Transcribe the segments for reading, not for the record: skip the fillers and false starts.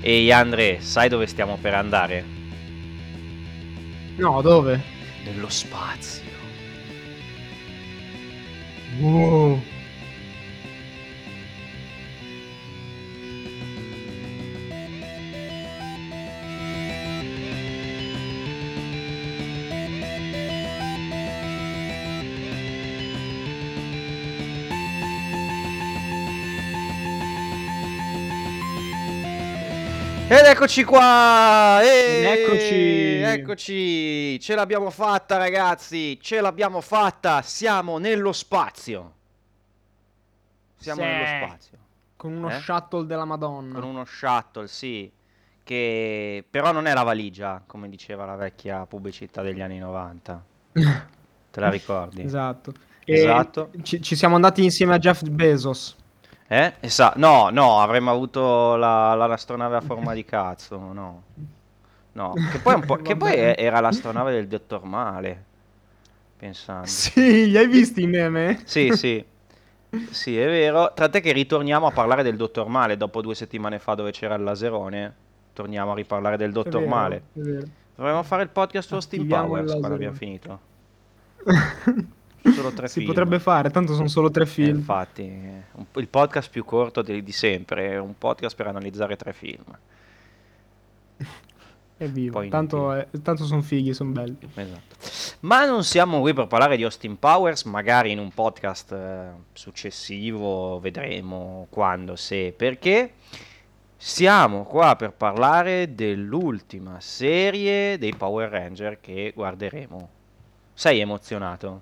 Ehi Andre, sai dove stiamo per andare? No, dove? Nello spazio. Wow. Ed eccoci qua! Eccoci. Eccoci! Ce l'abbiamo fatta ragazzi! Ce l'abbiamo fatta! Siamo nello spazio! Siamo nello Se. spazio. Con uno Eh? shuttle della Con Madonna. uno shuttle, sì. Che però non è la valigia, come diceva la vecchia pubblicità degli anni 90. Te la ricordi? Esatto. E Esatto. ci siamo andati insieme a Jeff Bezos. No, no, avremmo avuto l'astronave a forma di cazzo, no. No, che poi, che poi Vabbè. era l'astronave del dottor Male, pensandoci. Sì, li hai visti i meme? Sì, sì, sì, è vero. Tant'è che ritorniamo a parlare del dottor Male dopo 2 settimane fa dove c'era il laserone. Torniamo a riparlare del È dottor vero, Male. è vero. Dovremmo fare il podcast su Austin Attiviamo il Powers quando abbiamo laserone. finito. Solo 3 Si film. potrebbe fare, tanto sono solo 3 film. Infatti, il podcast più corto di sempre, un podcast per analizzare 3 film. Un po' Evviva. inutile. Tanto sono fighi, sono belli. Esatto. Ma non siamo qui per parlare di Austin Powers, magari in un podcast successivo, vedremo quando, se, perché. Siamo qua per parlare dell'ultima serie dei Power Ranger che guarderemo. Sei emozionato?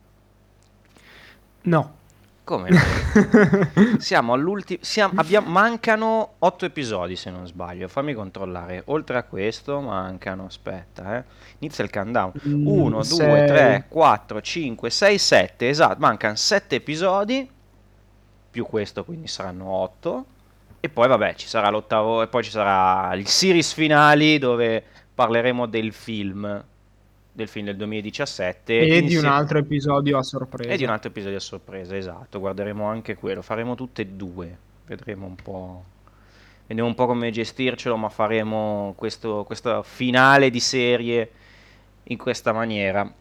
No. Come no? Siamo all'ultimo. Mancano 8 episodi se non sbaglio. Fammi controllare. Oltre a questo, mancano. Aspetta, eh. Inizia il countdown. 1, 2, 3, 6. 4, 5, 6, 7. Esatto, mancano 7 episodi. Più questo, quindi saranno 8. E poi, vabbè, ci sarà l'ottavo. E poi ci sarà il series finali dove parleremo del film del 2017 E di un insieme. altro episodio a E di un sorpresa. altro episodio a sorpresa, esatto, guarderemo anche quello, faremo tutte e due, vedremo un po', vediamo un po' come gestircelo, ma faremo questo finale di serie in questa maniera.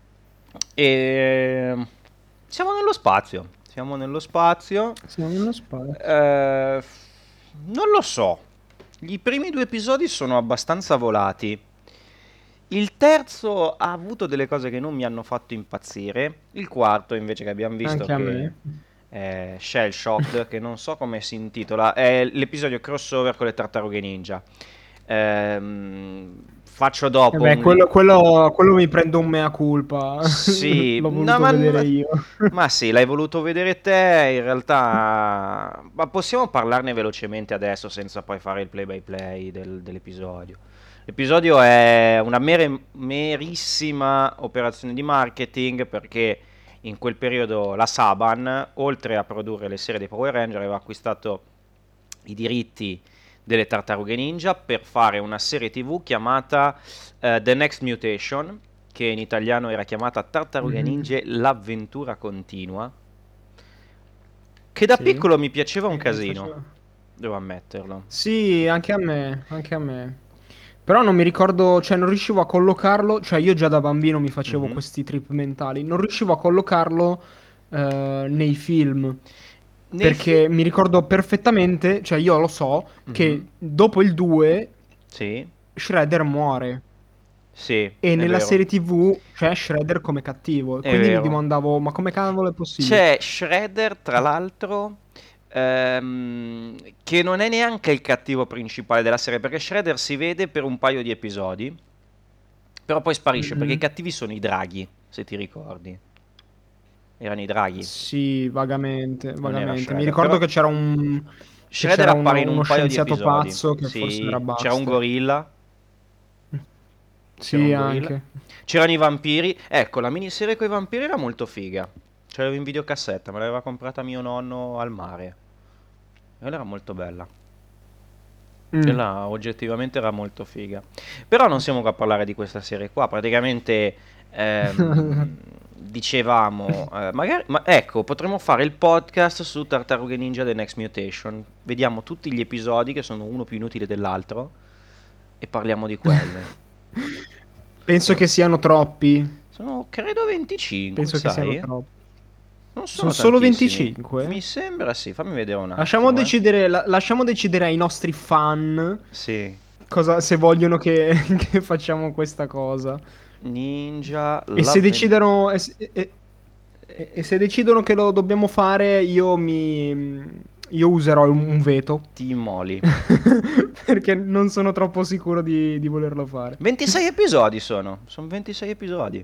E siamo nello spazio, Siamo nello spazio. eh, non lo so, i primi 2 episodi sono abbastanza volati. Il terzo ha avuto delle cose che non mi hanno fatto impazzire. Il quarto, invece, che abbiamo visto Anche a che me. è Shell Shocked, che non so come si intitola, è l'episodio crossover con le tartarughe ninja. Faccio E dopo beh, un. quello mi prendo un mea culpa. Sì, L'ho no, voluto vedere io. ma sì, l'hai voluto vedere te, in realtà. Ma possiamo parlarne velocemente adesso senza poi fare il play by play dell'episodio. L'episodio è una merissima operazione di marketing perché in quel periodo la Saban, oltre a produrre le serie dei Power Ranger, aveva acquistato i diritti delle tartarughe ninja per fare una serie TV chiamata The Next Mutation, che in italiano era chiamata Tartarughe Mhm. Ninja l'avventura continua, che da Sì. piccolo mi piaceva un E casino, faceva. devo ammetterlo. Sì, anche a me, anche a me. Però non mi ricordo, cioè non riuscivo a collocarlo, cioè io già da bambino mi facevo Mhm. questi trip mentali, non riuscivo a collocarlo nei film, Nei film. perché mi ricordo perfettamente, cioè io lo so, Mhm. che dopo il 2 Sì, Shredder muore. sì, E è nella vero, serie TV c'è Shredder come cattivo. E è quindi mi vero. domandavo, ma come cavolo è possibile? C'è Shredder, tra l'altro, che non è neanche il cattivo principale della serie, perché Shredder si vede per un paio di episodi, però poi sparisce, perché i Mhm. cattivi sono i draghi, se ti ricordi. Erano i draghi, Sì, vagamente, non era vagamente. Mi Shredder. ricordo Però che c'era un, che Shredder c'era appare in uno un paio di scienziato episodi. pazzo che forse era Sì, c'era un Buster. gorilla, c'era Sì, un gorilla. anche. C'erano i vampiri. Ecco, la miniserie con i vampiri era molto figa. Ce l'avevo in videocassetta, me l'aveva comprata mio nonno al mare. Quella era molto bella. Mm. Quella oggettivamente era molto figa. Però non siamo qua a parlare di questa serie qua. Praticamente ehm, dicevamo, magari, ma ecco, potremmo fare il podcast su Tartarughe Ninja The Next Mutation. Vediamo tutti gli episodi che sono uno più inutile dell'altro e parliamo di quelle. Penso Sono, che siano troppi. sono, credo 25, Penso che siano sai? troppi. Non Sono sono solo tantissimi. Mi 25? sembra sì, fammi vedere un Lasciamo attimo, eh. decidere, lasciamo decidere ai nostri fan Sì, se vogliono che, che facciamo questa cosa. Ninja E se l'avventura. decidono, e se decidono che lo dobbiamo fare, io userò un veto. Timoli. Perché non sono troppo sicuro di volerlo fare. 26 episodi sono 26 episodi.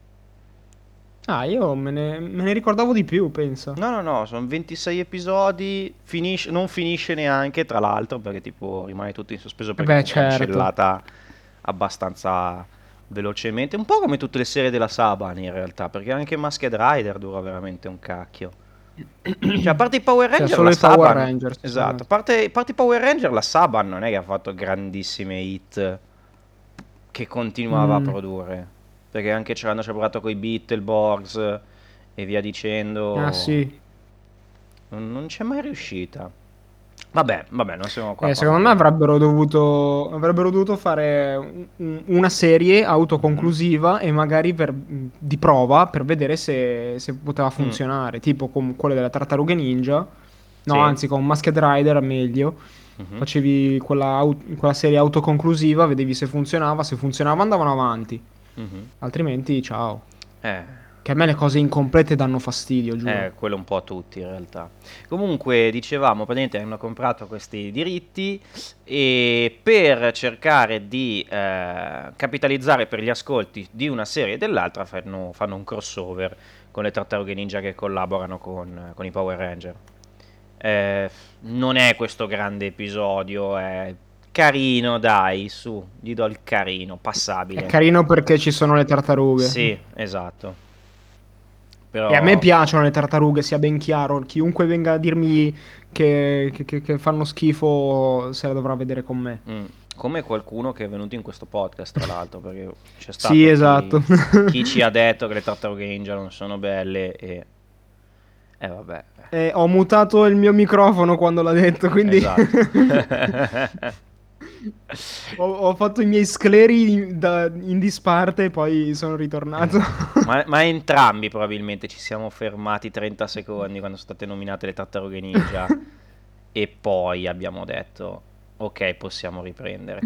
Ah, io me ne ricordavo di più, pensa. No, no, no, sono 26 episodi, non finisce neanche, tra l'altro, perché tipo rimane tutto in sospeso Eh perché beh, comunque è certo. miscellata abbastanza velocemente, un po' come tutte le serie della Saban in realtà, perché anche Masked Rider dura veramente un cacchio. Cioè, a parte i Power Cioè, Ranger, solo la i Power Saban, Rangers. esatto, a parte i Power Ranger, la Saban non è che ha fatto grandissime hit che continuava a Mm. produrre, perché anche ce l'hanno celebrato con i Beetleborgs e via Ah, dicendo, sì. non c'è mai riuscita. Vabbè, vabbè, non siamo qua a Secondo me parlare. avrebbero dovuto fare una serie Mhm. autoconclusiva e magari di prova per vedere se poteva Mm, funzionare, tipo con quelle delle Tartarughe Ninja. No, sì. anzi, con Masked Rider meglio. Mhm, Facevi quella serie autoconclusiva, vedevi se funzionava andavano avanti, mhm. altrimenti ciao. Eh, Che a me le cose incomplete danno fastidio, giuro. quello un po' a tutti in realtà. Comunque, dicevamo, praticamente hanno comprato questi diritti e per cercare di capitalizzare per gli ascolti di una serie e dell'altra fanno un crossover con le tartarughe ninja che collaborano con i Power Ranger. Eh, non è questo grande episodio, è carino, dai, su, gli do il carino, È passabile. carino perché ci sono le tartarughe. Sì, esatto. E a me Però piacciono le tartarughe, sia ben chiaro. Chiunque venga a dirmi che fanno schifo se la dovrà vedere con me. mm, come qualcuno che è venuto in questo podcast, tra l'altro, perché c'è Sì, stato chi, esatto. chi ci ha detto che le tartarughe ninja non sono belle e vabbè, Ho mutato il mio microfono quando l'ha detto, quindi esatto. ho fatto i miei scleri in disparte e poi sono ritornato. Ma entrambi probabilmente ci siamo fermati 30 secondi quando sono state nominate le tartarughe ninja e poi abbiamo detto ok, possiamo riprendere.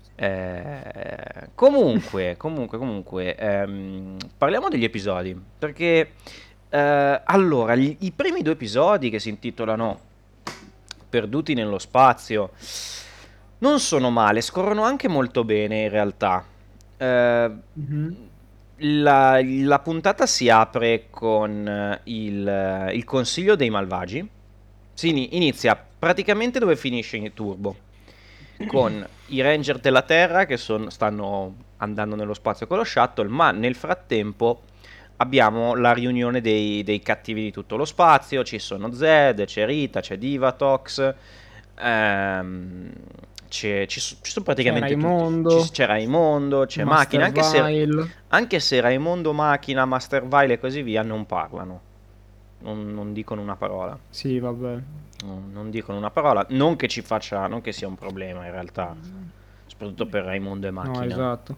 Comunque, parliamo degli episodi, perché allora, i primi due episodi che si intitolano Perduti nello spazio non sono male, scorrono anche molto bene in realtà. Eh, Mhm. la puntata si apre con il Consiglio dei Malvagi. Inizia praticamente dove finisce in Turbo, con i Ranger della Terra che stanno andando nello spazio con lo shuttle, ma nel frattempo abbiamo la riunione dei cattivi di tutto lo spazio. Ci sono Zed, c'è Rita, c'è Divatox, ehm, ci sono C'è praticamente tutti. Raimondo, C'è Raimondo, c'è Machina, Master Vile. anche se Raimondo, Machina, Master Vile e così via non parlano, non dicono una parola. Sì, vabbè. Non dicono una parola, non che ci faccia, non che sia un problema in realtà, soprattutto per Raimondo e No, Machina. esatto.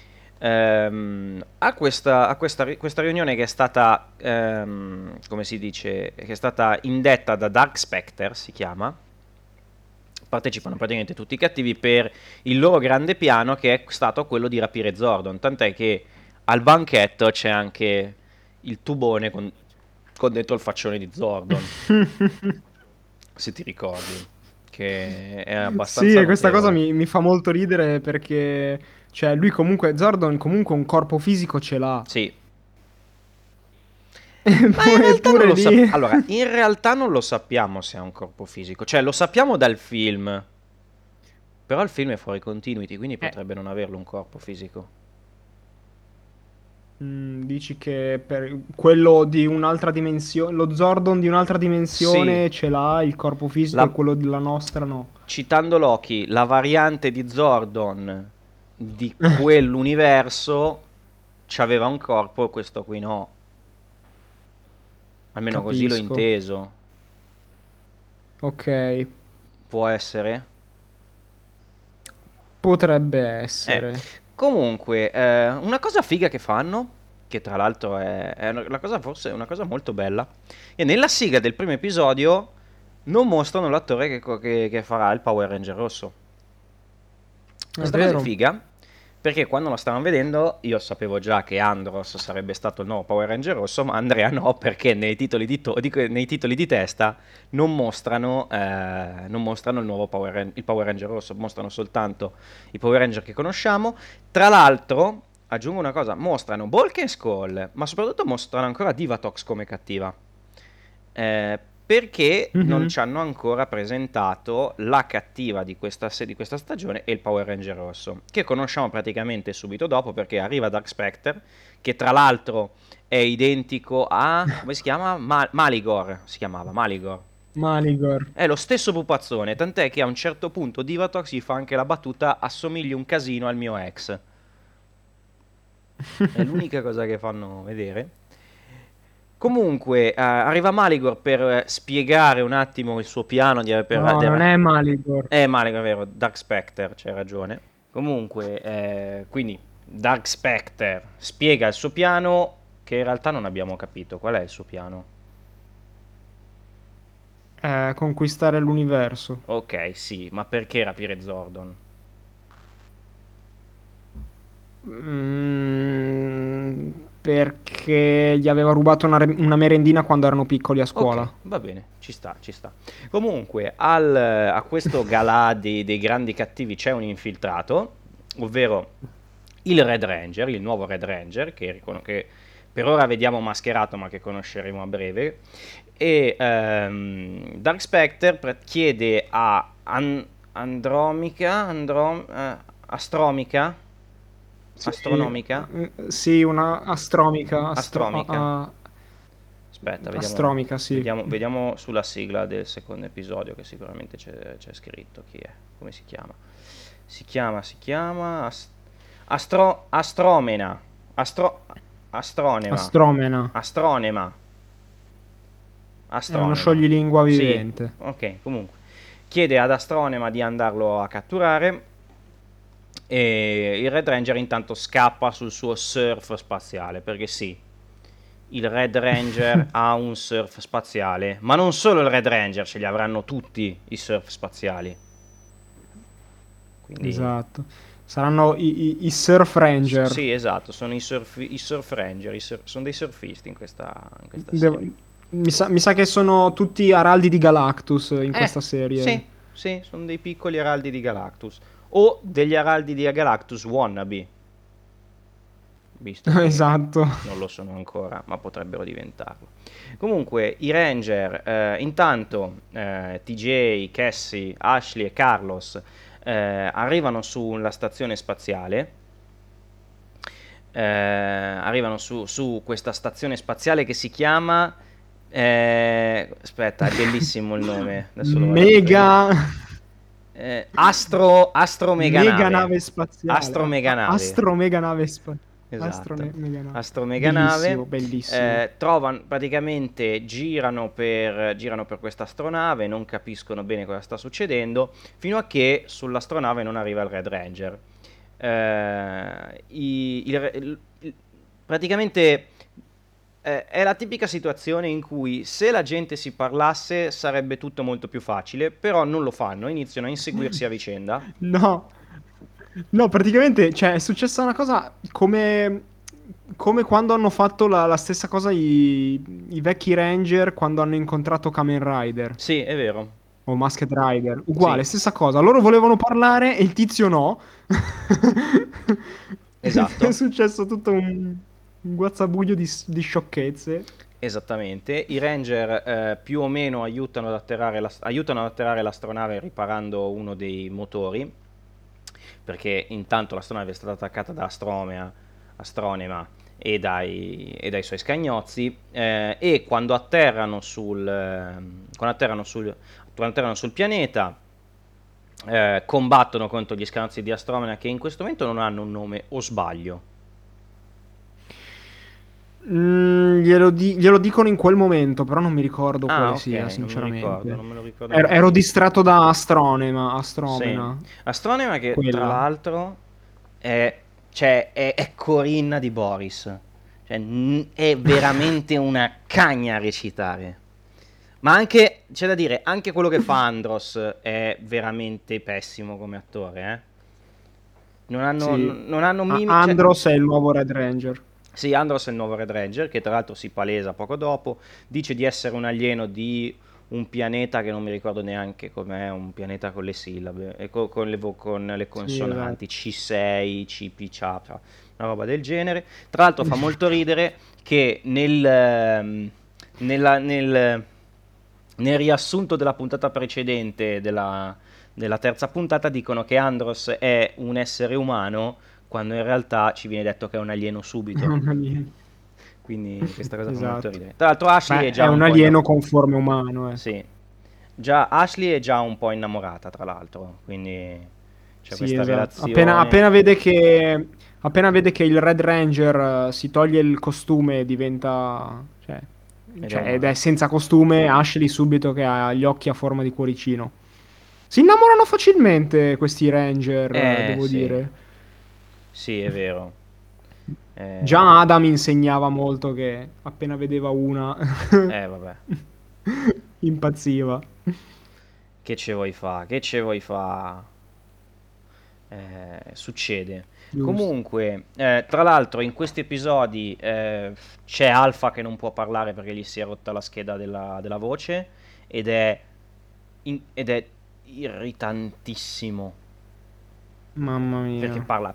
A questa riunione che è stata, come si dice, che è stata indetta da Dark Spectre, si chiama, partecipano praticamente tutti i cattivi per il loro grande piano che è stato quello di rapire Zordon, tant'è che al banchetto c'è anche il tubone con dentro il faccione di Zordon, se ti ricordi, che è Sì, abbastanza e questa cosa notevole. mi fa molto ridere perché, cioè, lui comunque, Zordon comunque un corpo fisico ce l'ha. Sì, ma in realtà non Eppure lo lì... allora, in realtà non lo sappiamo se ha un corpo fisico, cioè lo sappiamo dal film, però il film è fuori continuity, quindi Eh, potrebbe non averlo un corpo fisico. dici che per quello di un'altra dimensione, lo Zordon di un'altra Sì, dimensione ce l'ha il corpo fisico e la- quello della nostra no. citando Loki, la variante di Zordon di quell'universo c'aveva un corpo e questo qui no. Almeno così l'ho capisco. inteso. Ok, Può essere? potrebbe Eh, essere. comunque, una cosa figa che fanno, che tra l'altro è una cosa, forse una cosa molto bella, e nella sigla del primo episodio non mostrano l'attore che farà il Power Ranger rosso. È Questa cosa è vero? figa perché quando lo stavano vedendo io sapevo già che Andros sarebbe stato il nuovo Power Ranger rosso, ma Andrea no, perché nei titoli di testa non mostrano il Power Ranger rosso, mostrano soltanto i Power Ranger che conosciamo. Tra l'altro, aggiungo una cosa, mostrano Bulk e Skull, ma soprattutto mostrano ancora Divatox come cattiva. Perché non Mhm. ci hanno ancora presentato la cattiva di questa stagione e il Power Ranger rosso, che conosciamo praticamente subito dopo perché arriva Dark Spectre, che tra l'altro è identico a... come si chiama? Maligor, si chiamava Maligor. Maligor. È lo stesso pupazzone, tant'è che a un certo punto Divatox gli fa anche la battuta assomigli un casino al mio ex. È l'unica cosa che fanno vedere. Comunque, arriva Maligor per spiegare un attimo il suo piano No, non è Maligor. Maligor, è vero, Dark Spectre, c'hai ragione. Comunque, quindi, Dark Spectre spiega il suo piano, che in realtà non abbiamo capito. Qual è il suo piano? Conquistare l'universo. Ok, sì, ma perché rapire Zordon? Mm, perché gli aveva rubato una merendina quando erano piccoli a Ok, scuola. va bene, ci sta, ci sta. Comunque, a questo galà dei grandi cattivi c'è un infiltrato, ovvero il Red Ranger, il nuovo Red Ranger, che per ora vediamo mascherato ma che conosceremo a breve. E Dark Spectre chiede a Astromica, Sì, Astronomica, sì, una astromica. Astromica. Aspetta, Astromica, sì. vediamo sulla sigla del secondo episodio che sicuramente c'è scritto chi è, come si chiama. Astromena. Astro, astronema. Astromena. Astronema. È uno Astronema. scioglilingua Sì, vivente. ok, comunque. Chiede ad Astronema di andarlo a catturare e il Red Ranger intanto scappa sul suo surf spaziale, perché sì, il Red Ranger ha un surf spaziale, ma non solo il Red Ranger, ce li avranno tutti i surf spaziali. Quindi, Esatto. Saranno i Surf Ranger. sì, esatto, sono i surf ranger, sono dei surfisti in questa Devo- serie. mi sa che sono tutti araldi di Galactus in Eh, questa serie. sì, sì, sono dei piccoli araldi di Galactus. O degli araldi di Galactus wannabe, visto che Esatto. non lo sono ancora, ma potrebbero diventarlo. Comunque, i Ranger, intanto TJ, Cassie, Ashley e Carlos arrivano sulla stazione spaziale. Arrivano su questa stazione spaziale che si chiama... aspetta, è bellissimo il nome, adesso lo vado a riprendere. Mega. Astro Mega Meganave. nave spaziale. Astro Meganave. Astro mega nave spaziale. Esatto. Mega nave. Astro Meganave. Bellissimo, bellissimo. Trovano praticamente girano per questa astronave, non capiscono bene cosa sta succedendo, fino a che sull'astronave non arriva il Red Ranger. Praticamente è la tipica situazione in cui se la gente si parlasse sarebbe tutto molto più facile, però non lo fanno, iniziano a inseguirsi a vicenda. No. No, praticamente, cioè, è successa una cosa come quando hanno fatto la stessa cosa i vecchi Ranger quando hanno incontrato Kamen Rider Sì, è vero. o Masked Rider. Sì, Uguale, stessa cosa. Loro volevano parlare e il tizio no. È esatto. successo tutto un guazzabuglio di sciocchezze. Esattamente, i Ranger più o meno aiutano ad atterrare l'astronave riparando uno dei motori, perché intanto l'astronave è stata attaccata da Astronema e dai suoi scagnozzi, e quando atterrano sul pianeta combattono contro gli scagnozzi di Astronema che in questo momento non hanno un nome, o sbaglio? Glielo dicono in quel momento, però non mi ricordo Ah, quale ok, sia, non me lo ricordo, sinceramente. non me lo ricordo Ero neanche io. distratto da Sì. Astromena, Astronema che tra quella. l'altro è, cioè, è Corinna di Boris. Cioè, è veramente una cagna a recitare. Ma anche, c'è da dire, anche quello che fa Andros è veramente pessimo come attore, eh. Sì. Non hanno mimica. Cioè, Andros è il nuovo Red Ranger. sì, Andros è il nuovo Red Ranger, che tra l'altro si palesa poco dopo. Dice di essere un alieno di un pianeta che non mi ricordo neanche com'è, un pianeta con le sillabe, e con le Sì, esatto. consonanti, C6, CP, CHA, una roba del genere. Tra l'altro fa molto ridere che nella- nel, nel riassunto della puntata precedente, della terza puntata, dicono che Andros è un essere umano, quando in realtà ci viene detto che è un alieno subito. Non è niente. Quindi questa cosa fa molto Esatto. ridere. Tra l'altro Ashley è Beh, è già un un po' alieno con forme umano, eh. sì, già Ashley è già un po' innamorata, tra l'altro, quindi c'è Sì, questa esatto. Appena, relazione. appena vede che il Red Ranger si toglie il costume e diventa... Ed è ed è umano. senza costume, Ashley subito che ha gli occhi a forma di cuoricino. Si innamorano facilmente questi Ranger, devo Sì, dire. sì, è vero. Eh, Già Adam insegnava molto che appena vedeva una vabbè, impazziva. che ce vuoi fa? Che ce vuoi fa? Succede. Giusto. Comunque, tra l'altro, in questi episodi c'è Alpha che non può parlare perché gli si è rotta la scheda della voce ed è, ed è irritantissimo Mamma perché mia. parla.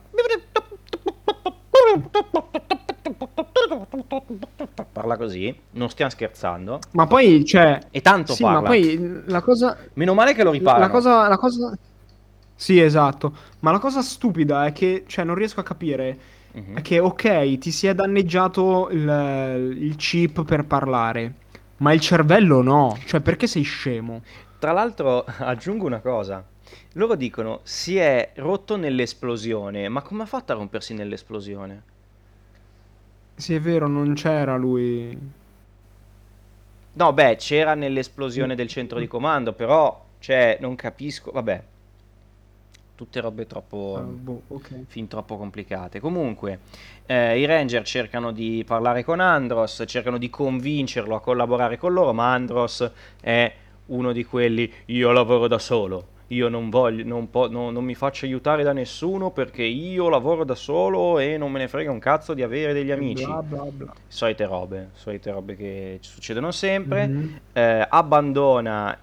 Parla così, non stiamo scherzando. Ma poi, cioè, E tanto sì, ma parla. poi la cosa, Meno male che lo riparano. la cosa, sì, esatto, ma la cosa stupida è che, cioè, non riesco a capire, è Mhm. che, ok, ti si è danneggiato il chip per parlare, ma il cervello no, cioè, perché sei scemo? Tra l'altro, aggiungo una cosa. Loro dicono si è rotto nell'esplosione, ma come ha fatto a rompersi nell'esplosione? Sì, è vero, non c'era lui. No, beh, c'era nell'esplosione del centro di comando, però, cioè, non capisco. Vabbè, tutte robe troppo, Boh, ok. fin troppo complicate. Comunque, i Ranger cercano di parlare con Andros, cercano di convincerlo a collaborare con loro, ma Andros è uno di quelli, io lavoro da solo, io non voglio, non mi faccio aiutare da nessuno perché io lavoro da solo e non me ne frega un cazzo di avere degli E amici. bla bla bla. Solite robe che succedono sempre. Mhm. Abbandona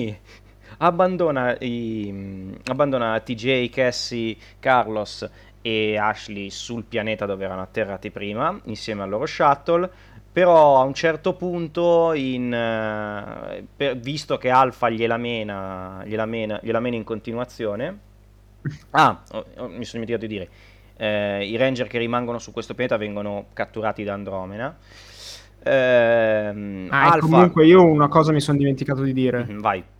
abbandona TJ, Cassie, Carlos e Ashley sul pianeta dove erano atterrati prima, insieme al loro shuttle. Però a un certo punto, visto che Alpha gliela mena in continuazione. Ah, mi sono dimenticato di dire. I Ranger che rimangono su questo pianeta vengono catturati da Andromeda. Ah, e Alpha. comunque io una cosa mi sono dimenticato di dire. Mhm, vai.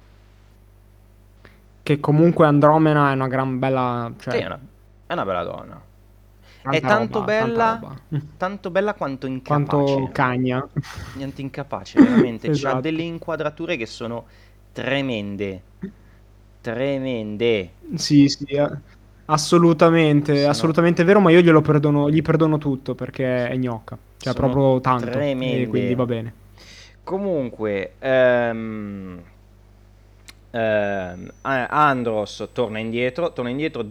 Che comunque Andromeda è una gran bella, Sì, cioè, è una bella donna. È tanta roba, tanta roba. tanto bella quanto Quanto incapace. cagna. Niente incapace, veramente. C'ha delle Esatto. inquadrature che sono tremende. Tremende. Sì, sì, assolutamente, Sono, assolutamente vero, ma io glielo perdono, gli perdono tutto perché è gnocca. Cioè, sono proprio tanto. E quindi va tremende. bene. Comunque, Andros torna indietro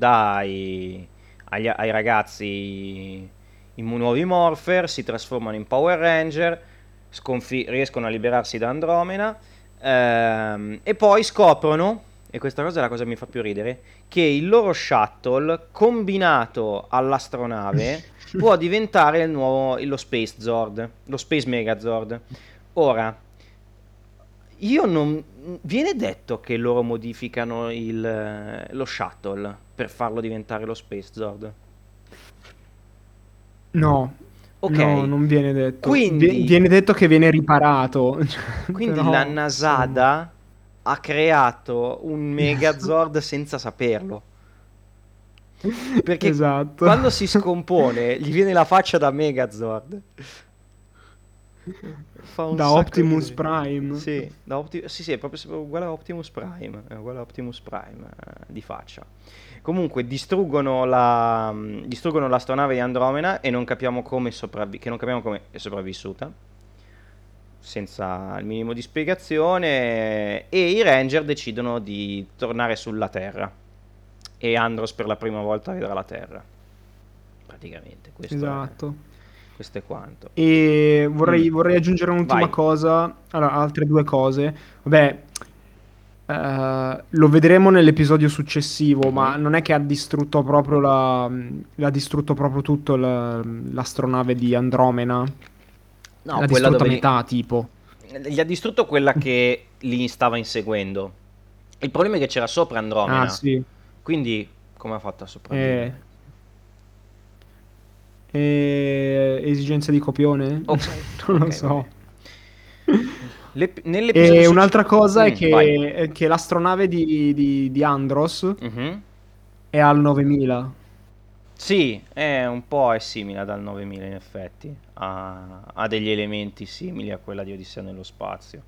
ai ragazzi nuovi Morpher, si trasformano in Power Ranger, riescono a liberarsi da Andromeda, e poi scoprono, e questa cosa è la cosa che mi fa più ridere, che il loro shuttle combinato all'astronave può diventare lo Space Zord, lo Space Megazord. Ora, io non... Viene detto che loro modificano lo shuttle per farlo diventare lo Space Zord. No, no, Ok, non viene detto. quindi, Viene detto che viene riparato, cioè, quindi la però insomma. Nasada ha creato un Megazord senza saperlo. Perché Esatto. quando si scompone gli viene la faccia da Megazord. Fa un Da sacco Optimus ridere. Prime. Sì, sì, sì, è proprio uguale a Optimus Prime, è uguale a Optimus Prime, di faccia. Comunque distruggono l'astronave di Andromeda e non capiamo come che non capiamo come è sopravvissuta, senza il minimo di spiegazione, e i Ranger decidono di tornare sulla Terra. E Andros per la prima volta vedrà la Terra. Praticamente, Esatto. questo è quanto. E Mm, vorrei aggiungere un'ultima vai. cosa, allora, altre due cose. Vabbè, lo vedremo nell'episodio successivo, ma Mhm. non è che ha distrutto proprio l'ha distrutto proprio tutto l'astronave di Andromeda. No, L'ha quella distrutta a dove metà, tipo. gli ha distrutto quella che li stava inseguendo. Il problema è che c'era sopra Ah, Andromeda. sì. Quindi, come ha fatto a Eh, sopravvivere? esigenze di copione? Ok, Non lo ok, va bene. so. Nell'episodio E successivo... un'altra cosa Vai. è che l'astronave di Andros Mhm. è al 9000. Sì, è un po' è simile ad Al 9000 in effetti. Ha degli elementi simili a quella di Odissea nello spazio.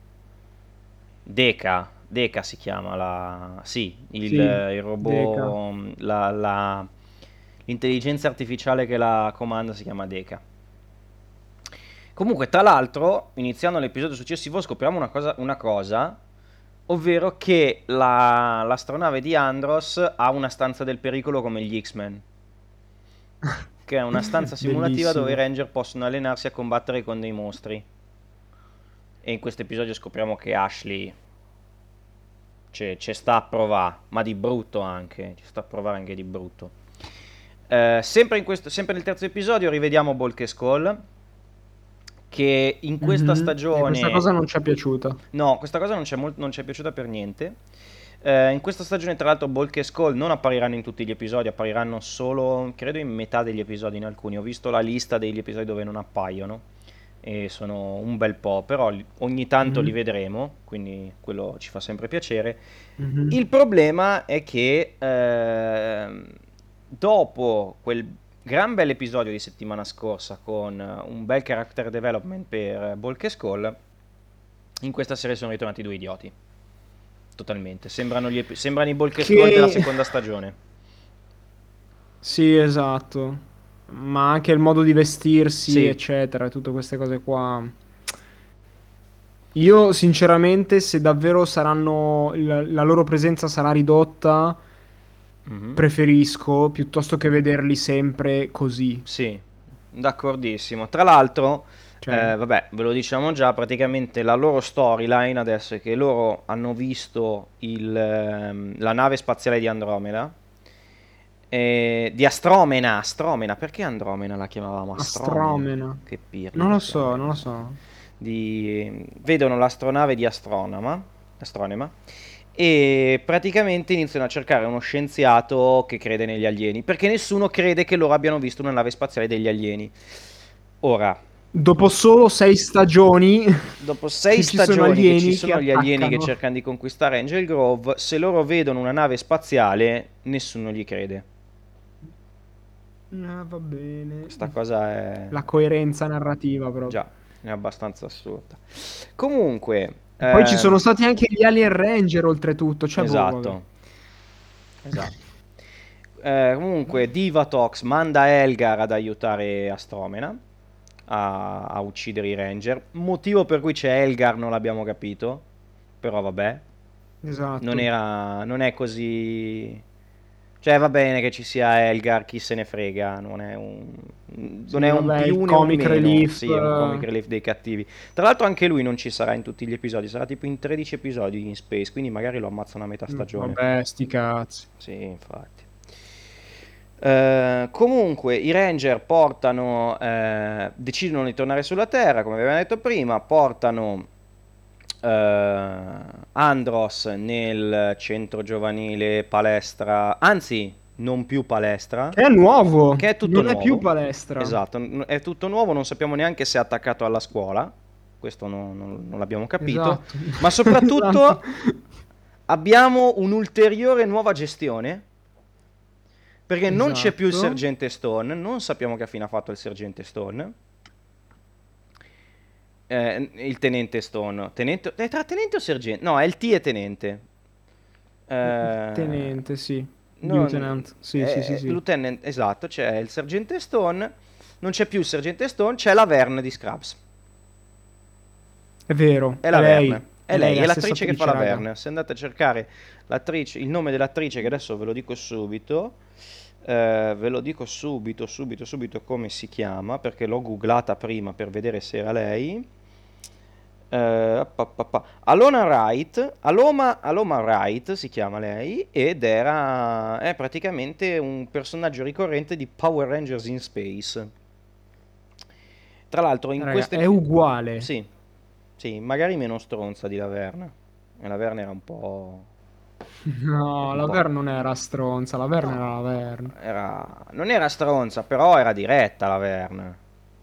Deca si chiama la... Sì, Sì, il Deca. robot, l'intelligenza artificiale che la comanda si chiama Deca. Comunque, tra l'altro, iniziando l'episodio successivo, scopriamo una cosa, ovvero che l'astronave di Andros ha una stanza del pericolo come gli X-Men, che è una stanza simulativa dove i Bellissimo. Ranger possono allenarsi a combattere con dei mostri. E in questo episodio scopriamo che Ashley ci sta a provare, ma di brutto anche, ci sta a provare anche di brutto. Sempre nel terzo episodio rivediamo Bulk e Skull, che in questa Mhm. E questa stagione... cosa non ci è piaciuta. No, questa cosa non ci è piaciuta per niente. In questa stagione, tra l'altro, Bulk e Skull non appariranno in tutti gli episodi, appariranno solo, credo, in metà degli episodi in alcuni. Ho visto la lista degli episodi dove non appaiono, e sono un bel po', però ogni tanto li Mhm. vedremo, quindi quello ci fa sempre piacere. Il Mhm. problema è che dopo quel gran bel episodio di settimana scorsa con un bel character development per Bulk e Skull, in questa serie sono ritornati due idioti. Totalmente. Sembrano i Bulk e Skull della Che... seconda stagione. Sì, esatto. Ma anche il modo di vestirsi, Sì. eccetera, tutte queste cose qua. Io, sinceramente, se davvero saranno, la loro presenza sarà ridotta, Mhm. preferisco piuttosto che vederli sempre così. Sì, d'accordissimo. Tra l'altro, Cioè, vabbè, ve lo diciamo già, praticamente la loro storyline adesso è che loro hanno visto la nave spaziale di Andromeda, di Astromena, perché Andromeda la chiamavamo Astromena? Astromena. Che pirli Non che lo siamo so, non lo veramente. so. Vedono l'astronave di Astronema, e praticamente iniziano a cercare uno scienziato che crede negli alieni, perché nessuno crede che loro abbiano visto una nave spaziale degli alieni. Ora, Dopo solo 6 stagioni dopo sei che ci sono stagioni che ci alieni che sono gli alieni che attaccano. cercano di conquistare Angel Grove, se loro vedono una nave spaziale, nessuno gli crede. Ah, va bene. Questa cosa è... La coerenza narrativa proprio. già, è abbastanza assurda. Comunque, Poi ci sono stati anche gli Alien Ranger oltretutto, cioè boh, vabbè. esatto, esatto. Comunque, Divatox manda Elgar ad aiutare Astromena a uccidere i Ranger. Motivo per cui c'è Elgar non l'abbiamo capito. Però vabbè, Esatto. non è così... Cioè va bene che ci sia Elgar, chi se ne frega, non Sì, è un vabbè, più il né un comic meno, relief. sì, è un comic relief dei cattivi. Tra l'altro anche lui non ci sarà in tutti gli episodi, sarà tipo in 13 episodi in Space, quindi magari lo ammazzano a metà stagione. Vabbè, sti cazzi. Sì, infatti. Comunque i Ranger decidono di tornare sulla Terra, come abbiamo detto prima, portano Andros nel centro giovanile palestra, anzi non più palestra, Che è nuovo, che è tutto non è più nuovo. palestra. Esatto, è tutto nuovo, non sappiamo neanche se è attaccato alla scuola, questo non l'abbiamo capito, Esatto. ma Esatto. soprattutto abbiamo un'ulteriore nuova gestione, perché non c'è più il Esatto. sergente Stone, non sappiamo che fine ha fatto il sergente Stone. Il tenente Stone. È tra tenente o sergente? No, è il T e tenente. Eh, Tenente, sì. non- Lieutenant. Sì, sì, sì, sì. Lieutenant, esatto, c'è il sergente Stone. Non c'è più il sergente Stone, c'è la Verne di Scrubs. È vero, È è la Verne. lei. È È lei, lei, è la stessa l'attrice che fa attrice, la raga. Verne. Se andate a cercare l'attrice, il nome dell'attrice, che adesso ve lo dico subito. Ve lo dico subito, subito, subito come si chiama, perché l'ho googlata prima per vedere se era lei. Alona Wright, Aloma Wright si chiama lei, ed è praticamente un personaggio ricorrente di Power Rangers in Space. Tra l'altro in Raga, queste... è uguale. Sì, sì, magari meno stronza di Laverna. E Laverna era un po'... No, un la po'... Verne non era stronza, la Verne No, era la Verne. non era stronza, però era diretta Laverna.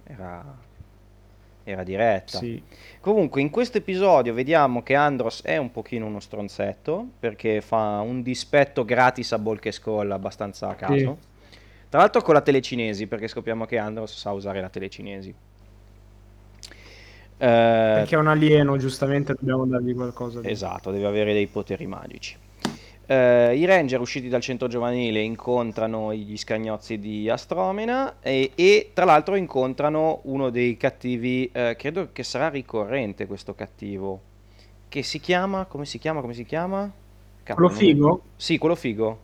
Era diretta. Sì. Comunque, in questo episodio vediamo che Andros è un pochino uno stronzetto, perché fa un dispetto gratis a Bulk e Skull abbastanza a Sì. caso. Tra l'altro con la telecinesi, perché scopriamo che Andros sa usare la telecinesi. Eh, Perché è un alieno, giustamente dobbiamo dargli qualcosa di... esatto, deve avere dei poteri magici. I Ranger usciti dal centro giovanile incontrano gli scagnozzi di Astromena e tra l'altro incontrano uno dei cattivi, credo che sarà ricorrente questo cattivo, che si chiama, come si chiama, come si chiama? Quello Cavolo, non mi... figo? Sì, quello figo.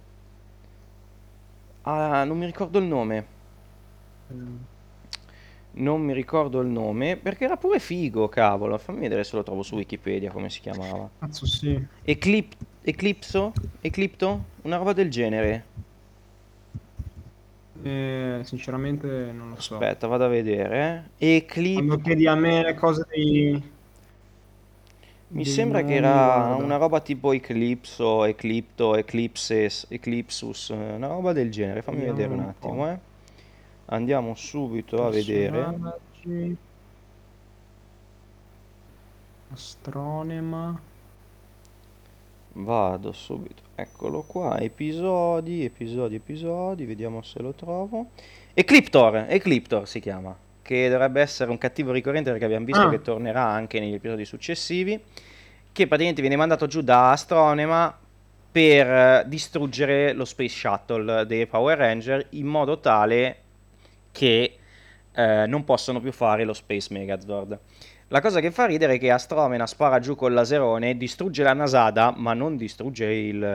Ah, non mi ricordo il nome. Mm. Non mi ricordo il nome, perché era pure figo, cavolo. Fammi vedere se lo trovo su Wikipedia come si chiamava. Cazzo, sì. Eclipso? Eclipto? Una roba del genere. Sinceramente non lo so. Aspetta, vado a vedere. Quando chiedi a me le cose Mi dei sembra che nomi, era una guarda. roba tipo Eclipso, Eclipto, Eclipses, Eclipsus, una roba del genere. Fammi Vediamo vedere un un po'. attimo, eh. Andiamo subito a vedere. Personaggi, astronema. Vado subito. Eccolo qua. Episodi, episodi, episodi. Vediamo se lo trovo. Ecliptor si chiama. Che dovrebbe essere un cattivo ricorrente perché abbiamo visto che Ah, tornerà anche negli episodi successivi. Che praticamente viene mandato giù da Astronema per distruggere lo Space Shuttle dei Power Ranger in modo tale che non possono più fare lo Space Megazord. La cosa che fa ridere è che Astromena spara giù col laserone, distrugge la nasata, ma non distrugge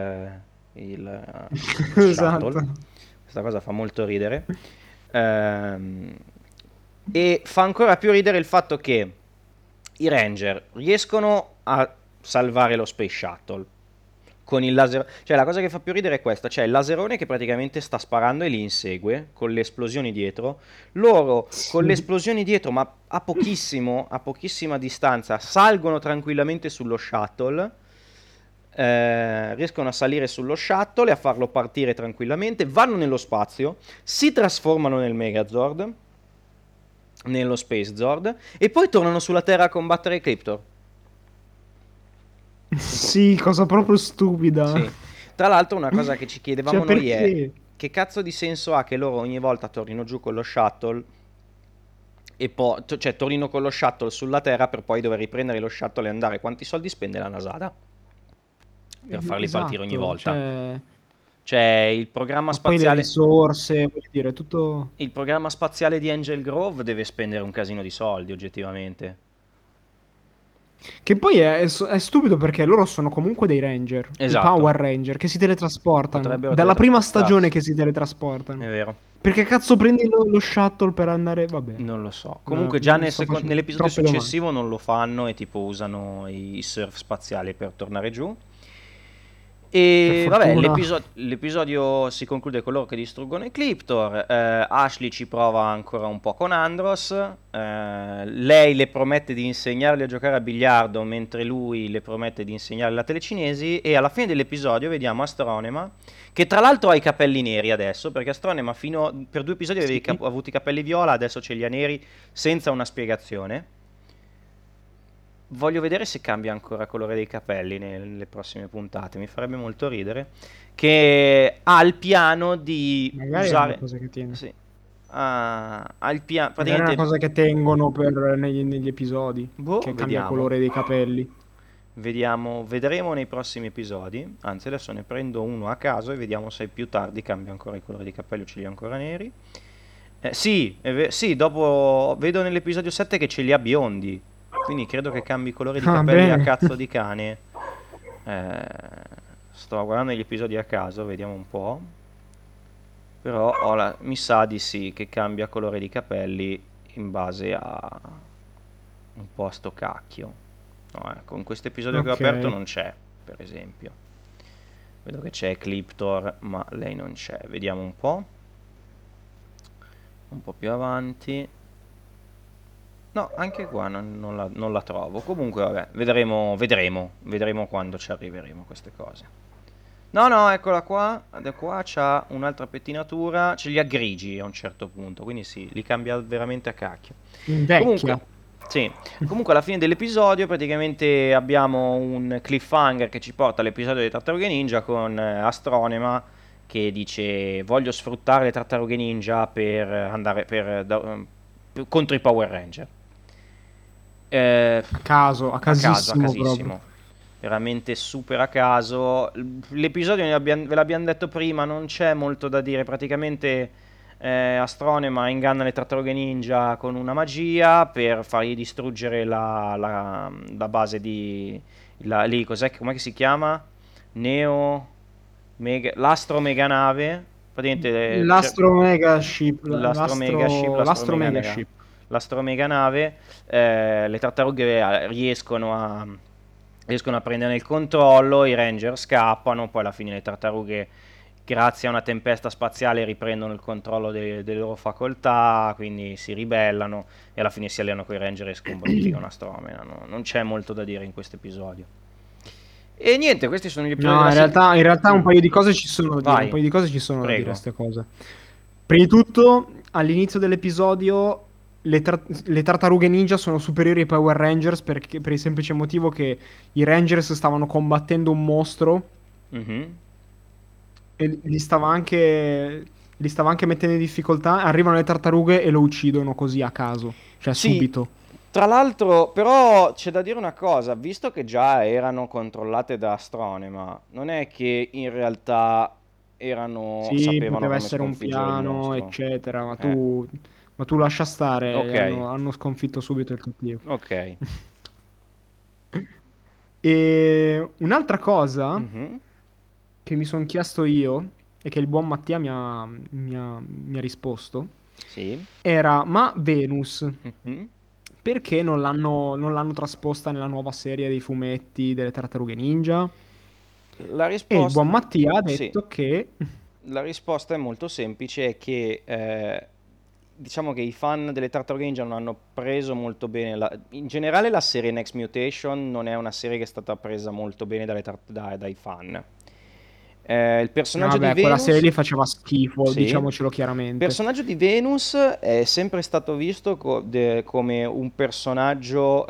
lo shuttle. esatto. Questa cosa fa molto ridere. Ehm, e fa ancora più ridere il fatto che i Ranger riescono a salvare lo Space Shuttle con il laser. Cioè, la cosa che fa più ridere è questa: c'è il laserone che praticamente sta sparando e li insegue con le esplosioni dietro. Loro con le Sì. esplosioni dietro, ma a pochissima distanza, salgono tranquillamente sullo shuttle. Riescono a salire sullo shuttle e a farlo partire tranquillamente. Vanno nello spazio, si trasformano nel Megazord, nello Space Zord, e poi tornano sulla Terra a combattere Ecliptor. Sì, cosa proprio stupida. Sì. Tra l'altro una cosa che ci Cioè, chiedevamo noi è perché? che cazzo di senso ha che loro ogni volta tornino giù con lo shuttle e poi, cioè tornino con lo shuttle sulla Terra per poi dover riprendere lo shuttle e andare. Quanti soldi spende la Nasata per farli partire ogni Esatto, volta? cioè... Cioè Ma poi le risorse, voglio dire, tutto... il programma spaziale di Angel Grove deve spendere un casino di soldi, oggettivamente. Che poi è stupido perché loro sono comunque dei Ranger, i Esatto, Power Ranger, che si teletrasportano. potrebbero Dalla prima stagione teletrasportarsi. che si È teletrasportano. vero. Perché cazzo prendi lo shuttle per andare... Vabbè, Non lo so. no, Comunque già mi sto facendo nell'episodio troppe domande. successivo non lo fanno e tipo usano i surf spaziali per tornare giù. Per E vabbè, fortuna. l'episodio si conclude con loro che distruggono Ecliptor. Ashley ci prova ancora un po' con Andros. Lei le promette di insegnargli a giocare a biliardo, mentre lui le promette di insegnarle la telecinesi. E alla fine dell'episodio vediamo Astronema, che tra l'altro ha i capelli neri adesso, perché Astronema per 2 episodi aveva Sì. avuto i capelli viola, adesso ce li ha neri senza una spiegazione. Voglio vedere se cambia ancora colore dei capelli nelle prossime puntate, mi farebbe molto ridere. Che ha il piano di Magari è una usare... cosa che tiene. Sì. ha il piano, Magari è una praticamente, cosa che tengono negli episodi, boh, che cambia vediamo. colore dei capelli. Vedremo nei prossimi episodi. Anzi, adesso ne prendo uno a caso e vediamo se più tardi cambia ancora i colori dei capelli o ce li ha ancora neri. Sì, sì, dopo vedo nell'episodio 7 che ce li ha biondi. Quindi credo che cambi i colori di Ah, capelli a bene. cazzo di cane. Eh, sto guardando gli episodi a caso, vediamo un po'. Però mi sa di sì che cambia colore di capelli in base a un po' a sto cacchio. No, ecco, in questo episodio che ho Ok. aperto non c'è, per esempio. Vedo che c'è Ecliptor, ma lei non c'è. Vediamo un po'. Un po' più avanti. No, anche qua non la trovo. Comunque, vabbè, vedremo quando ci arriveremo a queste cose. No, no, eccola qua. Da qua c'ha un'altra pettinatura. Ce li ha grigi a un certo punto. Quindi sì, li cambia veramente a cacchio. Comunque, Invecchia. sì. Comunque alla fine dell'episodio praticamente abbiamo un cliffhanger che ci porta all'episodio delle tartarughe ninja con Astronema che dice voglio sfruttare le tartarughe ninja per andare contro i Power Ranger. Eh, A a casissimo proprio. casissimo. Veramente super a caso. L'episodio ve l'abbiamo detto prima, non c'è molto da dire. Praticamente Astronema inganna le tartarughe ninja con una magia per fargli distruggere la base di... lì, cos'è, com'è che si chiama? Neo... l'astro meganave. Praticamente L'Astro Mega Ship. l'astro megaship, l'astro L'Astro mega Mega nave, Ship. l'astro mega nave, le tartarughe riescono a prendere il controllo, i ranger scappano, poi alla fine le tartarughe, grazie a una tempesta spaziale, riprendono il controllo delle loro facoltà, quindi si ribellano e alla fine si alleano con i ranger e scombustigano Astromena. Non c'è molto da dire in questo episodio. E niente, questi sono gli episodi No, della settimana. in realtà un paio di cose ci sono da dire, un Vai, paio di cose ci sono da dire a prego. queste cose. Prima di tutto, all'inizio dell'episodio, le tartarughe ninja sono superiori ai Power Rangers per il semplice motivo che i Rangers stavano combattendo un mostro Mhm. e li stava anche mettendo in difficoltà. Arrivano le tartarughe e lo uccidono così a caso, cioè Sì, subito. tra l'altro, però c'è da dire una cosa, visto che già erano controllate da Astronema, non è che in realtà Sì, sapevano poteva come essere un sconfiggere il piano, mostro. eccetera, Eh, ma tu lascia stare, ok, hanno sconfitto subito il cattivo. ok. E un'altra cosa Mhm. che mi sono chiesto io e che il buon Mattia mi ha risposto Sì. era: ma Venus Mhm. perché non l'hanno trasposta nella nuova serie dei fumetti delle Tartarughe Ninja? La E il buon risposta, Mattia ha sì. detto che La risposta è molto semplice, è che diciamo che i fan delle Tartarughe Ninja non hanno preso molto bene in generale la serie Next Mutation non è una serie che è stata presa molto bene dai fan. Il no, personaggio di vabbè, quella serie Venus, lì faceva schifo, sì, diciamocelo il chiaramente. personaggio di Venus è sempre stato visto come un personaggio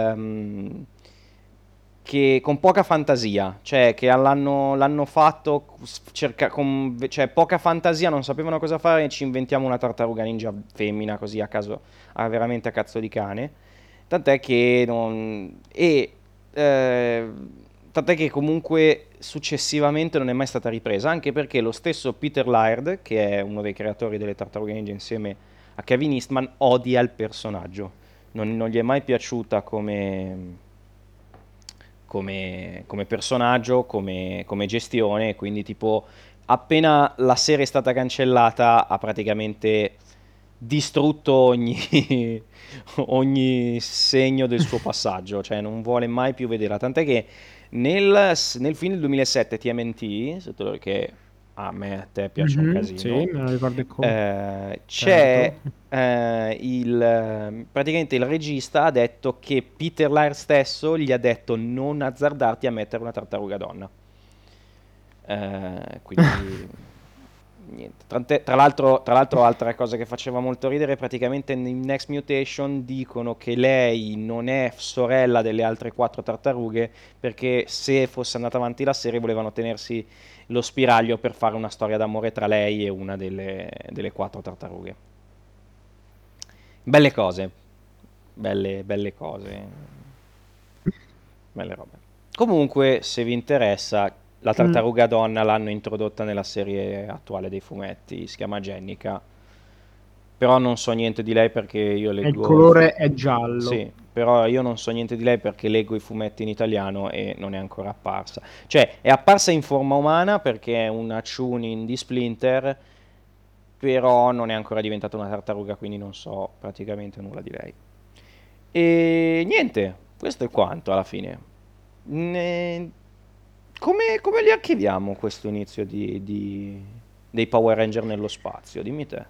che con poca fantasia, cioè che l'hanno fatto cioè poca fantasia, non sapevano cosa fare e ci inventiamo una tartaruga ninja femmina così a caso, veramente a cazzo di cane. Tant'è che non... E... eh, tant'è che comunque successivamente non è mai stata ripresa, anche perché lo stesso Peter Laird, che è uno dei creatori delle Tartarughe Ninja insieme a Kevin Eastman, odia il personaggio. Non gli è mai piaciuta come personaggio, come gestione, quindi tipo appena la serie è stata cancellata ha praticamente distrutto ogni segno del suo passaggio, cioè non vuole mai più vederla, tant'è che nel film del 2007 TMNT, che a te piace un Mhm, sì, casino, me lo ricordo come. c'è Certo. praticamente il regista ha detto che Peter Laird stesso gli ha detto non azzardarti a mettere una tartaruga donna. Quindi niente. Tra l'altro, altra cosa che faceva molto ridere, praticamente in Next Mutation dicono che lei non è sorella delle altre quattro tartarughe perché se fosse andata avanti la serie volevano tenersi lo spiraglio per fare una storia d'amore tra lei e una delle quattro tartarughe. Belle cose, belle cose, belle robe. Comunque, se vi interessa, la Mm. tartaruga donna l'hanno introdotta nella serie attuale dei fumetti, si chiama Jennica, però non so niente di lei perché io E il leggo colore è giallo. sì, però io non so niente di lei perché leggo i fumetti in italiano e non è ancora apparsa. Cioè, è apparsa in forma umana perché è una Chunin di Splinter, però non è ancora diventata una tartaruga, quindi non so praticamente nulla di lei. E niente, questo è quanto alla fine. Ne- come li archiviamo questo inizio dei Power Ranger nello spazio? Dimmi te.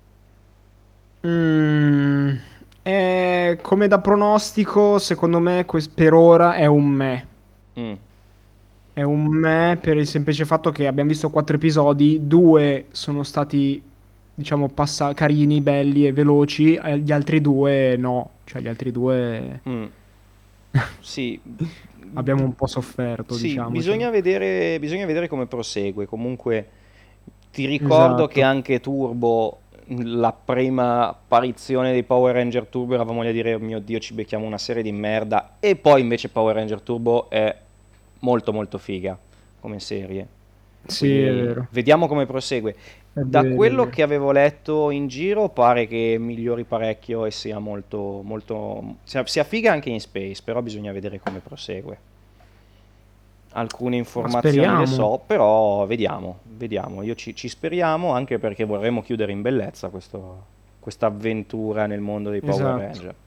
Mm, come da pronostico, secondo me, per ora è un me. Mm, È un me per il semplice fatto che abbiamo visto 4 episodi, due sono stati, diciamo, carini, belli e veloci, e gli altri due no. Cioè, gli altri due mm. Sì, abbiamo un po' sofferto, sì, diciamocelo. bisogna vedere come prosegue. Comunque ti ricordo che Esatto. anche Turbo, la prima apparizione dei Power Ranger Turbo, eravamo lì a dire, oh mio Dio, ci becchiamo una serie di merda. E poi invece Power Ranger Turbo è molto molto figa come serie. Sì, è Quindi vero. vediamo come prosegue. È Da vero, è quello vero. che avevo letto in giro pare che migliori parecchio e sia molto, molto, sia figa anche in space, però bisogna vedere come prosegue. Alcune Ma informazioni le speriamo. so, però vediamo. Io ci speriamo anche perché vorremmo chiudere in bellezza questa avventura nel mondo dei Power Esatto. Ranger.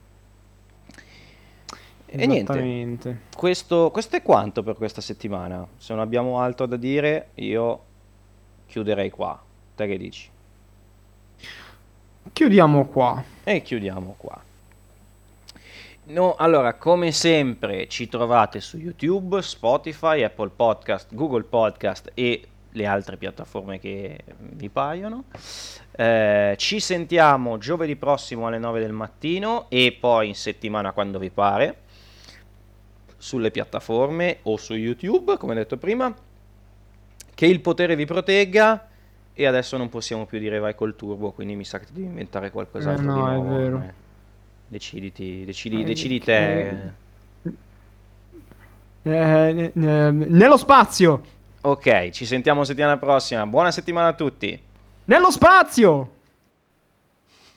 E niente, Esattamente. questo è quanto per questa settimana. Se non abbiamo altro da dire, io chiuderei qua. Te che dici? Chiudiamo qua. E chiudiamo qua. No, allora, come sempre ci trovate su YouTube, Spotify, Apple Podcast, Google Podcast e le altre piattaforme che vi paiono. Ci sentiamo giovedì prossimo alle 9 del mattino e poi in settimana quando vi pare sulle piattaforme o su YouTube, come detto prima. Che il potere vi protegga e adesso non possiamo più dire vai col turbo, quindi mi sa che ti devi inventare qualcos'altro di No, è nuovo. vero. Decidi Eh, te. nello spazio! Ok, ci sentiamo settimana prossima. Buona settimana a tutti. Nello spazio!